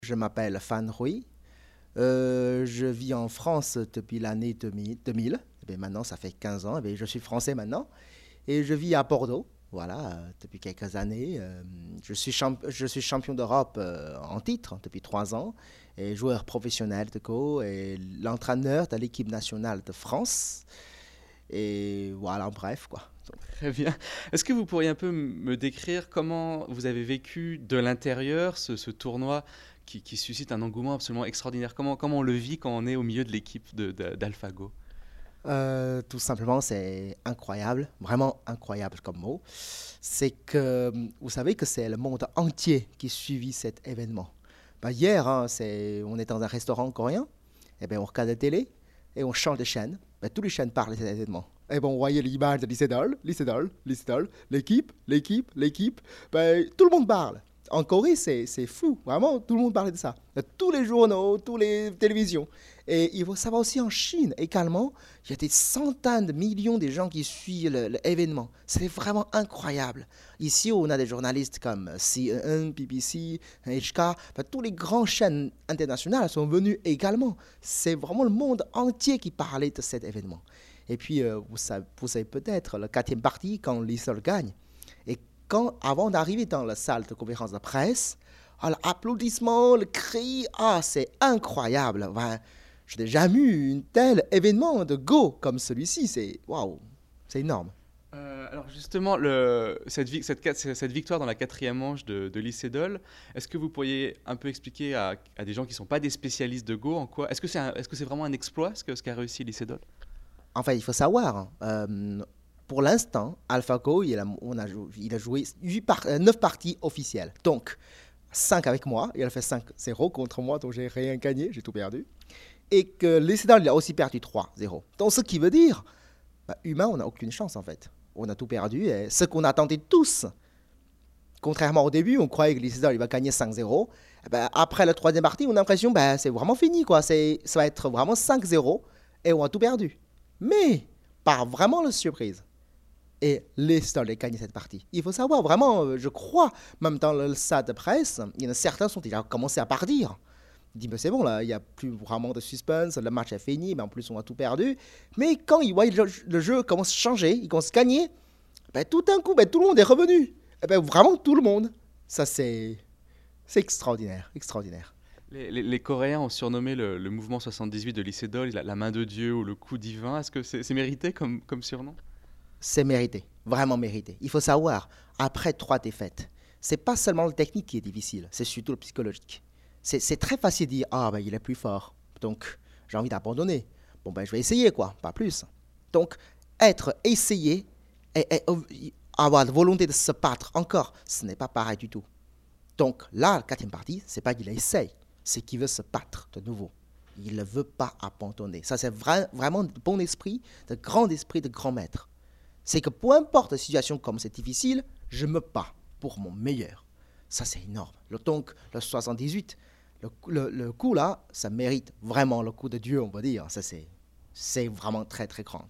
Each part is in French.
Je m'appelle Fan Rui. Je vis en France depuis l'année 2000. Eh bien, maintenant, ça fait 15 ans. Eh bien, je suis français maintenant. Et je vis à Bordeaux. Voilà, depuis quelques années. Je suis champion d'Europe en titre depuis 3 ans. Et joueur professionnel de Go. Et l'entraîneur de l'équipe nationale de France. Et voilà, en bref, quoi. Très bien. Est-ce que vous pourriez un peu me décrire comment vous avez vécu de l'intérieur ce tournoi qui suscite un engouement absolument extraordinaire? Comment on le vit quand on est au milieu de l'équipe d'AlphaGo? Tout simplement, c'est incroyable, vraiment incroyable comme mot. C'est que vous savez que c'est le monde entier qui suivit cet événement. Bah, hier, hein, on est dans un restaurant coréen, et ben, on regarde la télé et on change de chaîne. Ben, toutes les chaînes parlent de cet événement. Et bon, on voyait l'image de Lee l'équipe. Ben, tout le monde parle. En Corée, c'est fou, vraiment, tout le monde parlait de ça. Tous les journaux, toutes les télévisions. Et il faut savoir aussi en Chine également, il y a des centaines de millions de gens qui suivent l'événement. C'est vraiment incroyable. Ici, on a des journalistes comme CNN, BBC, HK, enfin, tous les grandes chaînes internationales sont venus également. C'est vraiment le monde entier qui parlait de cet événement. Et puis, vous savez peut-être, le quatrième parti, quand l'Israël gagne, et avant d'arriver dans la salle de conférence de presse, l'applaudissement, le cri, c'est incroyable. Enfin, je n'ai jamais eu un tel événement de Go comme celui-ci. C'est waouh, c'est énorme. Alors justement, cette victoire dans la quatrième manche de Lee Sedol, est-ce que vous pourriez un peu expliquer à des gens qui ne sont pas des spécialistes de Go en quoi est-ce que c'est vraiment un exploit ce qu'a réussi Lee Sedol? En fait, il faut savoir, pour l'instant, AlphaGo, il a joué 9 parties officielles. Donc, 5 avec moi, il a fait 5-0 contre moi, donc j'ai rien gagné, j'ai tout perdu. Et que Lissadol, il a aussi perdu 3-0. Donc, ce qui veut dire, humain, on n'a aucune chance en fait. On a tout perdu, et ce qu'on attendait tous, contrairement au début, on croyait que Lissadol, il va gagner 5-0. Après la troisième partie, on a l'impression, c'est vraiment fini, quoi. Ça va être vraiment 5-0, et on a tout perdu. Mais, par vraiment la surprise, et Leicester a gagné cette partie. Il faut savoir, vraiment, je crois, même dans le stade de presse, il y en a certains qui ont déjà commencé à partir. Ils disent, mais c'est bon, là, il n'y a plus vraiment de suspense, le match est fini, mais en plus, on a tout perdu. Mais quand ils voient le jeu commence à changer, il commence à gagner, tout d'un coup, tout le monde est revenu. Vraiment, tout le monde. Ça, c'est extraordinaire, extraordinaire. Les Coréens ont surnommé le mouvement 78 de Lee Sedol la main de Dieu ou le coup divin. Est-ce que c'est mérité comme surnom? C'est mérité, vraiment mérité. Il faut savoir, après 3 défaites, c'est pas seulement le technique qui est difficile, c'est surtout le psychologique. C'est très facile de dire, il est plus fort, donc j'ai envie d'abandonner. Bon, je vais essayer, quoi, pas plus. Donc, essayer et avoir la volonté de se battre encore, ce n'est pas pareil du tout. Donc là, la quatrième partie, c'est pas qu'il essaye, c'est qu'il veut se battre de nouveau. Il ne veut pas abandonner. Ça, c'est vraiment de bon esprit, de grand maître. C'est que peu importe la situation comme c'est difficile, je me bats pour mon meilleur. Ça, c'est énorme. Donc, le 78, le coup là, ça mérite vraiment le coup de Dieu, on va dire. Ça, c'est vraiment très, très grand.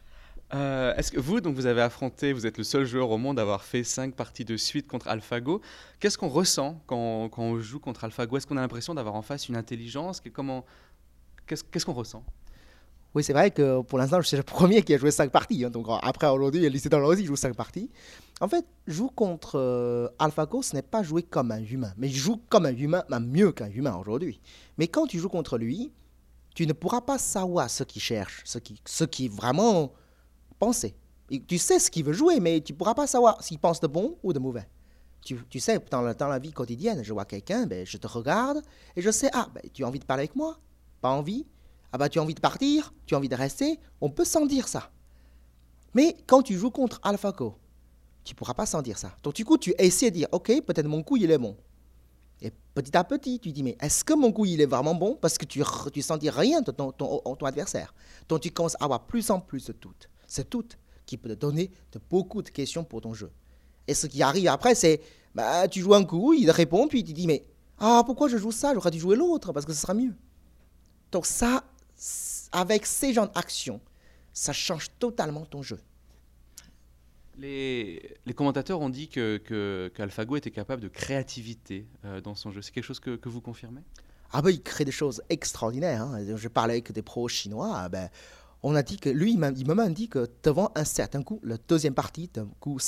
Est-ce que vous, donc vous avez affronté, vous êtes le seul joueur au monde à avoir fait 5 parties de suite contre AlphaGo. Qu'est-ce qu'on ressent quand on joue contre AlphaGo? Est-ce qu'on a l'impression d'avoir en face une intelligence? Qu'est-ce qu'on ressent? Oui, c'est vrai que pour l'instant, je suis le premier qui a joué 5 parties. Hein. Donc après, aujourd'hui, il lycée dans aussi joue 5 parties. En fait, jouer contre AlphaGo, ce n'est pas jouer comme un humain. Mais il joue comme un humain, même mieux qu'un humain aujourd'hui. Mais quand tu joues contre lui, tu ne pourras pas savoir ce qu'il cherche, ce qui vraiment penser. Et tu sais ce qu'il veut jouer, mais tu ne pourras pas savoir s'il pense de bon ou de mauvais. Tu sais, dans la vie quotidienne, je vois quelqu'un, je te regarde et je sais, tu as envie de parler avec moi? Pas envie? Tu as envie de partir? Tu as envie de rester? On peut s'en dire ça. Mais quand tu joues contre AlphaGo, tu ne pourras pas s'en dire ça. Donc du coup, tu essaies de dire, ok, peut-être mon coup, il est bon. Et petit à petit, tu dis, mais est-ce que mon coup, il est vraiment bon? Parce que tu ne sens rien de ton adversaire. Donc tu commences à avoir plus en plus de doutes. C'est tout qui peut te donner beaucoup de questions pour ton jeu. Et ce qui arrive après, c'est, tu joues un coup, il répond, puis tu dis, mais pourquoi je joue ça? J'aurais dû jouer l'autre, parce que ce sera mieux. Donc ça, avec ces genres d'actions, ça change totalement ton jeu. Les commentateurs ont dit qu'AlphaGo était capable de créativité dans son jeu. C'est quelque chose que vous confirmez? Ah ben, il crée des choses extraordinaires, hein. Je parlais avec des pros chinois, ah ben, on a dit que lui, il m'a même dit que devant un certain coup, la deuxième partie, d'un coup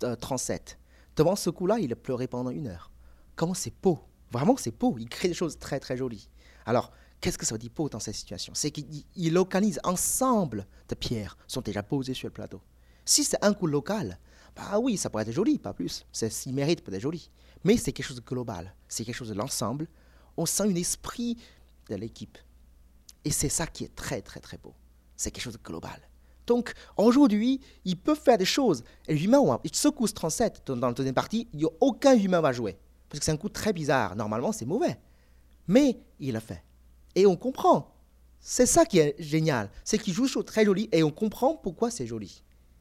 37, devant ce coup-là, il a pleuré pendant 1 heure. Comment c'est beau, vraiment c'est beau, il crée des choses très très jolies. Alors, qu'est-ce que ça veut dire beau dans cette situation? C'est qu'il localise ensemble de pierres sont déjà posées sur le plateau. Si c'est un coup local, bah oui, ça pourrait être joli, pas plus. Il mérite peut-être joli. Mais c'est quelque chose de global, c'est quelque chose de l'ensemble. On sent un esprit de l'équipe. Et c'est ça qui est très très très beau. C'est quelque chose de global. Donc aujourd'hui, ils peuvent faire des choses. Et l'humain, il secoue 37 dans la deuxième partie, il n'y a aucun humain va jouer. Parce que c'est un coup très bizarre. Normalement, c'est mauvais. Mais il l'a fait. Et on comprend. C'est ça qui est génial. C'est qu'il joue des choses très jolies et on comprend pourquoi c'est joli.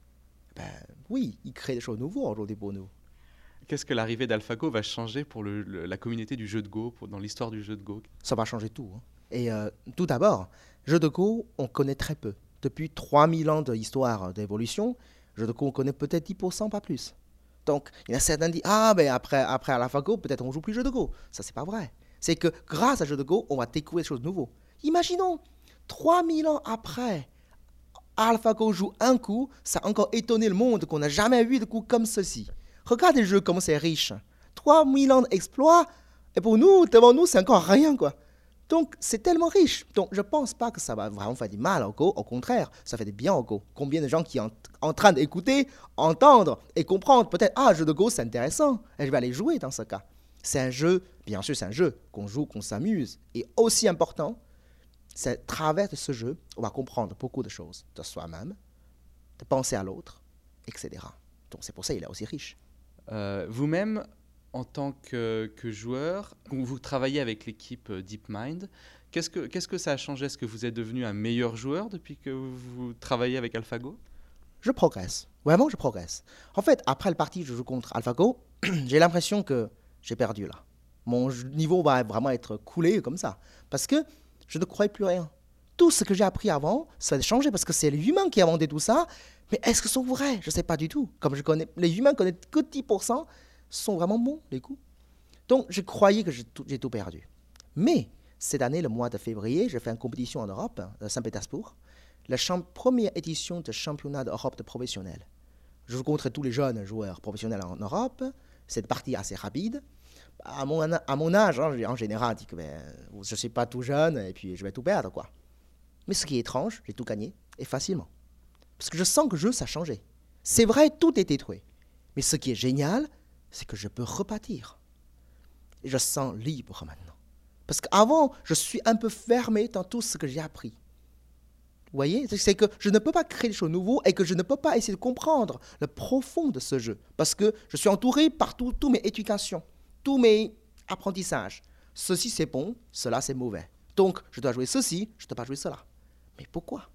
Ben oui, il crée des choses nouvelles aujourd'hui pour nous. Qu'est-ce que l'arrivée d'AlphaGo va changer pour la communauté du jeu de Go, dans l'histoire du jeu de Go? Ça va changer tout, hein. Et tout d'abord, jeu de Go, on connaît très peu. Depuis 3000 ans d'histoire d'évolution, jeu de Go, on connaît peut-être 10%, pas plus. Donc, il y en a certains qui disent, ah, ben après AlphaGo, peut-être on joue plus jeu de Go. Ça, c'est pas vrai. C'est que grâce à jeu de Go, on va découvrir des choses nouvelles. Imaginons, 3000 ans après, AlphaGo joue un coup, ça a encore étonné le monde qu'on n'a jamais vu de coup comme ceci. Regardez le jeu, comment c'est riche. 3000 ans d'exploits, et pour nous, devant nous, c'est encore rien, quoi. Donc, c'est tellement riche. Donc, je ne pense pas que ça va vraiment faire du mal au Go. Au contraire, ça fait du bien au Go. Combien de gens qui sont en train d'écouter, entendre et comprendre, peut-être, ah, jeu de Go, c'est intéressant, et je vais aller jouer dans ce cas. C'est un jeu, bien sûr, c'est un jeu qu'on joue, qu'on s'amuse. Et aussi important, c'est à travers ce jeu, on va comprendre beaucoup de choses de soi-même, de penser à l'autre, etc. Donc, c'est pour ça qu'il est aussi riche. Vous-même, en tant que joueur, vous travaillez avec l'équipe DeepMind. Qu'est-ce que ça a changé? Est-ce que vous êtes devenu un meilleur joueur depuis que vous travaillez avec AlphaGo? Je progresse. Vraiment, je progresse. En fait, après le parti, je joue contre AlphaGo, j'ai l'impression que j'ai perdu là. Mon niveau va vraiment être coulé comme ça. Parce que je ne croyais plus rien. Tout ce que j'ai appris avant, ça a changé parce que c'est les humains qui ont inventé tout ça. Mais est-ce que ce sont vrais? Je ne sais pas du tout. Comme je connais, les humains connaissent que 10%, sont vraiment bons, les coups. Donc, je croyais que j'ai tout perdu. Mais, cette année, le mois de février, j'ai fait une compétition en Europe, à Saint-Pétersbourg, la première édition de championnat d'Europe de professionnels. Je joue contre tous les jeunes joueurs professionnels en Europe. C'est une partie assez rapide. À mon âge, en général, je dis que je ne suis pas tout jeune et puis je vais tout perdre, quoi. Mais ce qui est étrange, j'ai tout gagné, et facilement. Parce que je sens que le jeu, ça a changé. C'est vrai, tout est détruit. Mais ce qui est génial, c'est que je peux repartir. Et je sens libre maintenant. Parce qu'avant, je suis un peu fermé dans tout ce que j'ai appris. Vous voyez? C'est que je ne peux pas créer des choses nouvelles et que je ne peux pas essayer de comprendre le profond de ce jeu. Parce que je suis entouré par toutes mes éducations, tous mes apprentissages. Ceci c'est bon, cela c'est mauvais. Donc, je dois jouer ceci, je ne dois pas jouer cela. Mais pourquoi?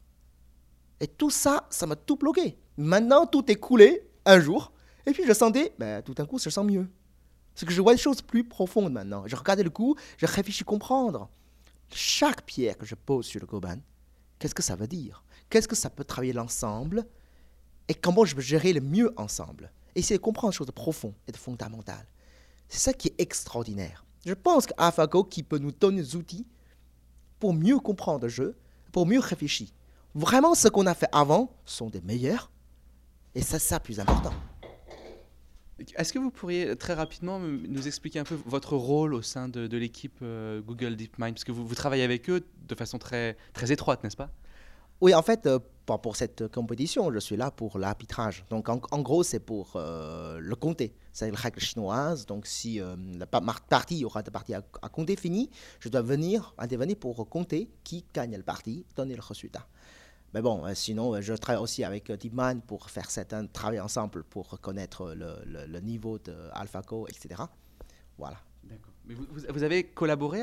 Et tout ça, ça m'a tout bloqué. Maintenant, tout est coulé un jour. Et puis je sentais, tout d'un coup, je sens mieux. Parce que je vois des choses plus profondes maintenant. Je regardais le coup, je réfléchis comprendre. Chaque pierre que je pose sur le Goban, qu'est-ce que ça veut dire? Qu'est-ce que ça peut travailler l'ensemble? Et comment je peux gérer le mieux ensemble? Essayer de comprendre des choses de profondes et de fondamentales. C'est ça qui est extraordinaire. Je pense qu'AlphaGo qui peut nous donner des outils pour mieux comprendre le jeu, pour mieux réfléchir. Vraiment, ce qu'on a fait avant sont des meilleurs. Et c'est ça le plus important. Est-ce que vous pourriez très rapidement nous expliquer un peu votre rôle au sein de l'équipe Google DeepMind? Parce que vous travaillez avec eux de façon très, très étroite, n'est-ce pas? Oui, en fait, pour cette compétition, je suis là pour l'arbitrage. Donc, en gros, c'est pour le compter. C'est la règle chinoise. Donc, si la partie, il y aura des parties à compter finies, je dois intervenir pour compter qui gagne le parti, donner le résultat. Mais bon, sinon, je travaille aussi avec DeepMind pour faire certains travail ensemble pour connaître le niveau de AlphaGo, etc. Voilà. D'accord. Mais vous avez collaboré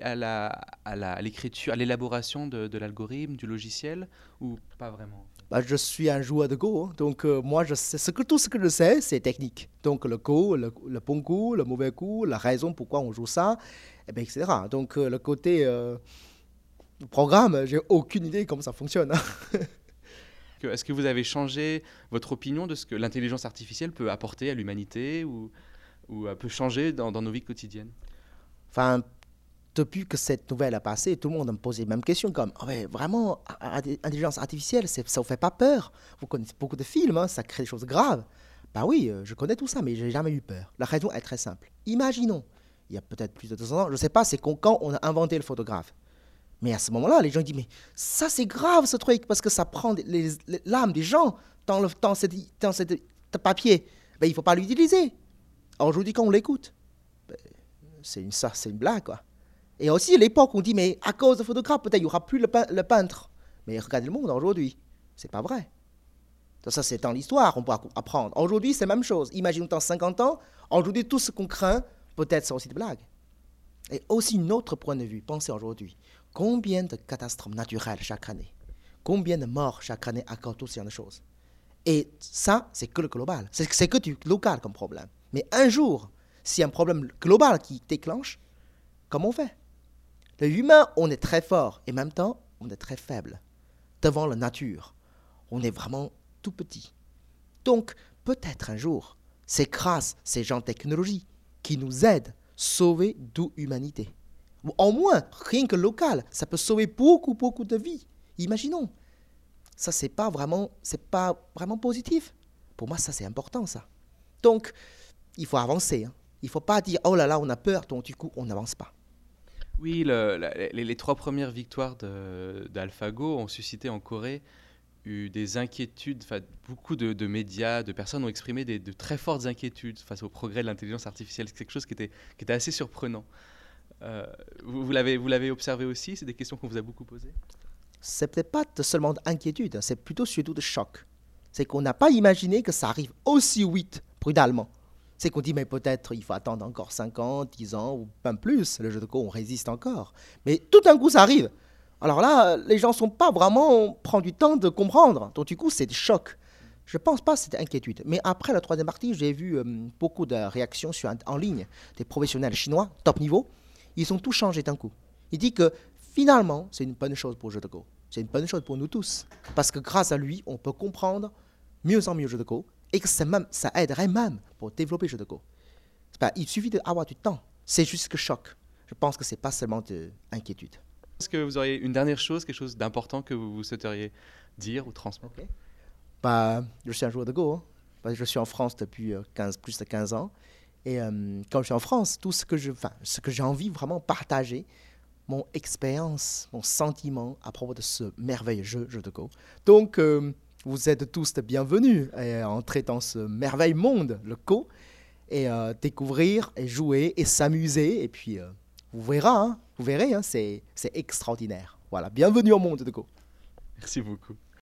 à l'écriture, à l'élaboration de l'algorithme, du logiciel, ou pas vraiment? Je suis un joueur de Go, hein. Donc moi, je sais, tout ce que je sais, c'est technique. Donc le Go, le bon coup, le mauvais coup, la raison pourquoi on joue ça, etc. Donc le côté programme, j'ai aucune idée comment ça fonctionne. Est-ce que vous avez changé votre opinion de ce que l'intelligence artificielle peut apporter à l'humanité ou peut changer dans nos vies quotidiennes? Enfin, depuis que cette nouvelle a passé, tout le monde me posait les mêmes questions comme ah ouais, vraiment, intelligence artificielle, ça vous fait pas peur? Vous connaissez beaucoup de films, hein, ça crée des choses graves. Bah oui, je connais tout ça, mais j'ai jamais eu peur. La raison est très simple. Imaginons, il y a peut-être plus de 200 ans, je ne sais pas, c'est quand on a inventé le photographe. Mais à ce moment-là, les gens disent, mais ça c'est grave ce truc, parce que ça prend l'âme des gens dans cette papier. Ben, il ne faut pas l'utiliser. Aujourd'hui, quand on l'écoute, ben, c'est une blague, quoi. Et aussi, à l'époque, on dit, mais à cause de photographe, peut-être il n'y aura plus le peintre. Mais regardez le monde aujourd'hui. C'est pas vrai. Ça, c'est dans l'histoire, on peut apprendre. Aujourd'hui, c'est la même chose. Imaginons dans 50 ans, aujourd'hui, tout ce qu'on craint, peut-être c'est aussi des blagues. Et aussi, notre point de vue, pensez aujourd'hui, combien de catastrophes naturelles chaque année? Combien de morts chaque année à cause de toutes ces choses? Et ça, c'est que le global. C'est que du local comme problème. Mais un jour, s'il y a un problème global qui déclenche, comment on fait? L'humain, on est très fort et en même temps, on est très faible. Devant la nature, on est vraiment tout petit. Donc, peut-être un jour, c'est grâce à ces gens de technologie qui nous aident à sauver l'humanité. Ou au moins, rien que local, ça peut sauver beaucoup, beaucoup de vies. Imaginons. Ça, c'est pas vraiment positif. Pour moi, ça, c'est important, ça. Donc, il faut avancer. Hein. Il ne faut pas dire, oh là là, on a peur, donc du coup, on n'avance pas. Oui, les 3 premières victoires d'AlphaGo ont suscité en Corée des inquiétudes. Beaucoup de médias, de personnes ont exprimé de très fortes inquiétudes face au progrès de l'intelligence artificielle. C'est quelque chose qui était assez surprenant. Vous l'avez observé aussi? C'est des questions qu'on vous a beaucoup posées? C'est peut-être pas seulement d'inquiétude, c'est plutôt surtout de choc. C'est qu'on n'a pas imaginé que ça arrive aussi vite, brutalement. C'est qu'on dit, mais peut-être il faut attendre encore 5 ans, 10 ans, ou même plus, le jeu de Go, on résiste encore. Mais tout d'un coup, ça arrive. Alors là, les gens ne sont pas vraiment, prend du temps de comprendre. Donc du coup, c'est des chocs. Je ne pense pas que c'était inquiétude. Mais après la troisième partie, j'ai vu beaucoup de réactions en ligne des professionnels chinois, top niveau. Ils ont tout changé d'un coup. Ils disent que finalement, c'est une bonne chose pour le jeu de Go. C'est une bonne chose pour nous tous. Parce que grâce à lui, on peut comprendre mieux en mieux le jeu de Go. Et que ça aiderait même pour développer le jeu de Go. Il suffit d'avoir du temps. C'est juste que choc. Je pense que ce n'est pas seulement de l'inquiétude. Est-ce que vous auriez une dernière chose, quelque chose d'important que vous souhaiteriez dire ou transmettre? Okay. Je suis un joueur de Go. Hein. Je suis en France depuis plus de 15 ans. Et quand je suis en France, tout ce que j'ai envie vraiment partager, mon expérience, mon sentiment à propos de ce merveilleux jeu de Go. Donc, vous êtes tous les bienvenus à entrer dans ce merveilleux monde, le Go, et découvrir, et jouer, et s'amuser. Et puis, vous verrez, hein, c'est extraordinaire. Voilà, bienvenue au monde de Go. Merci beaucoup.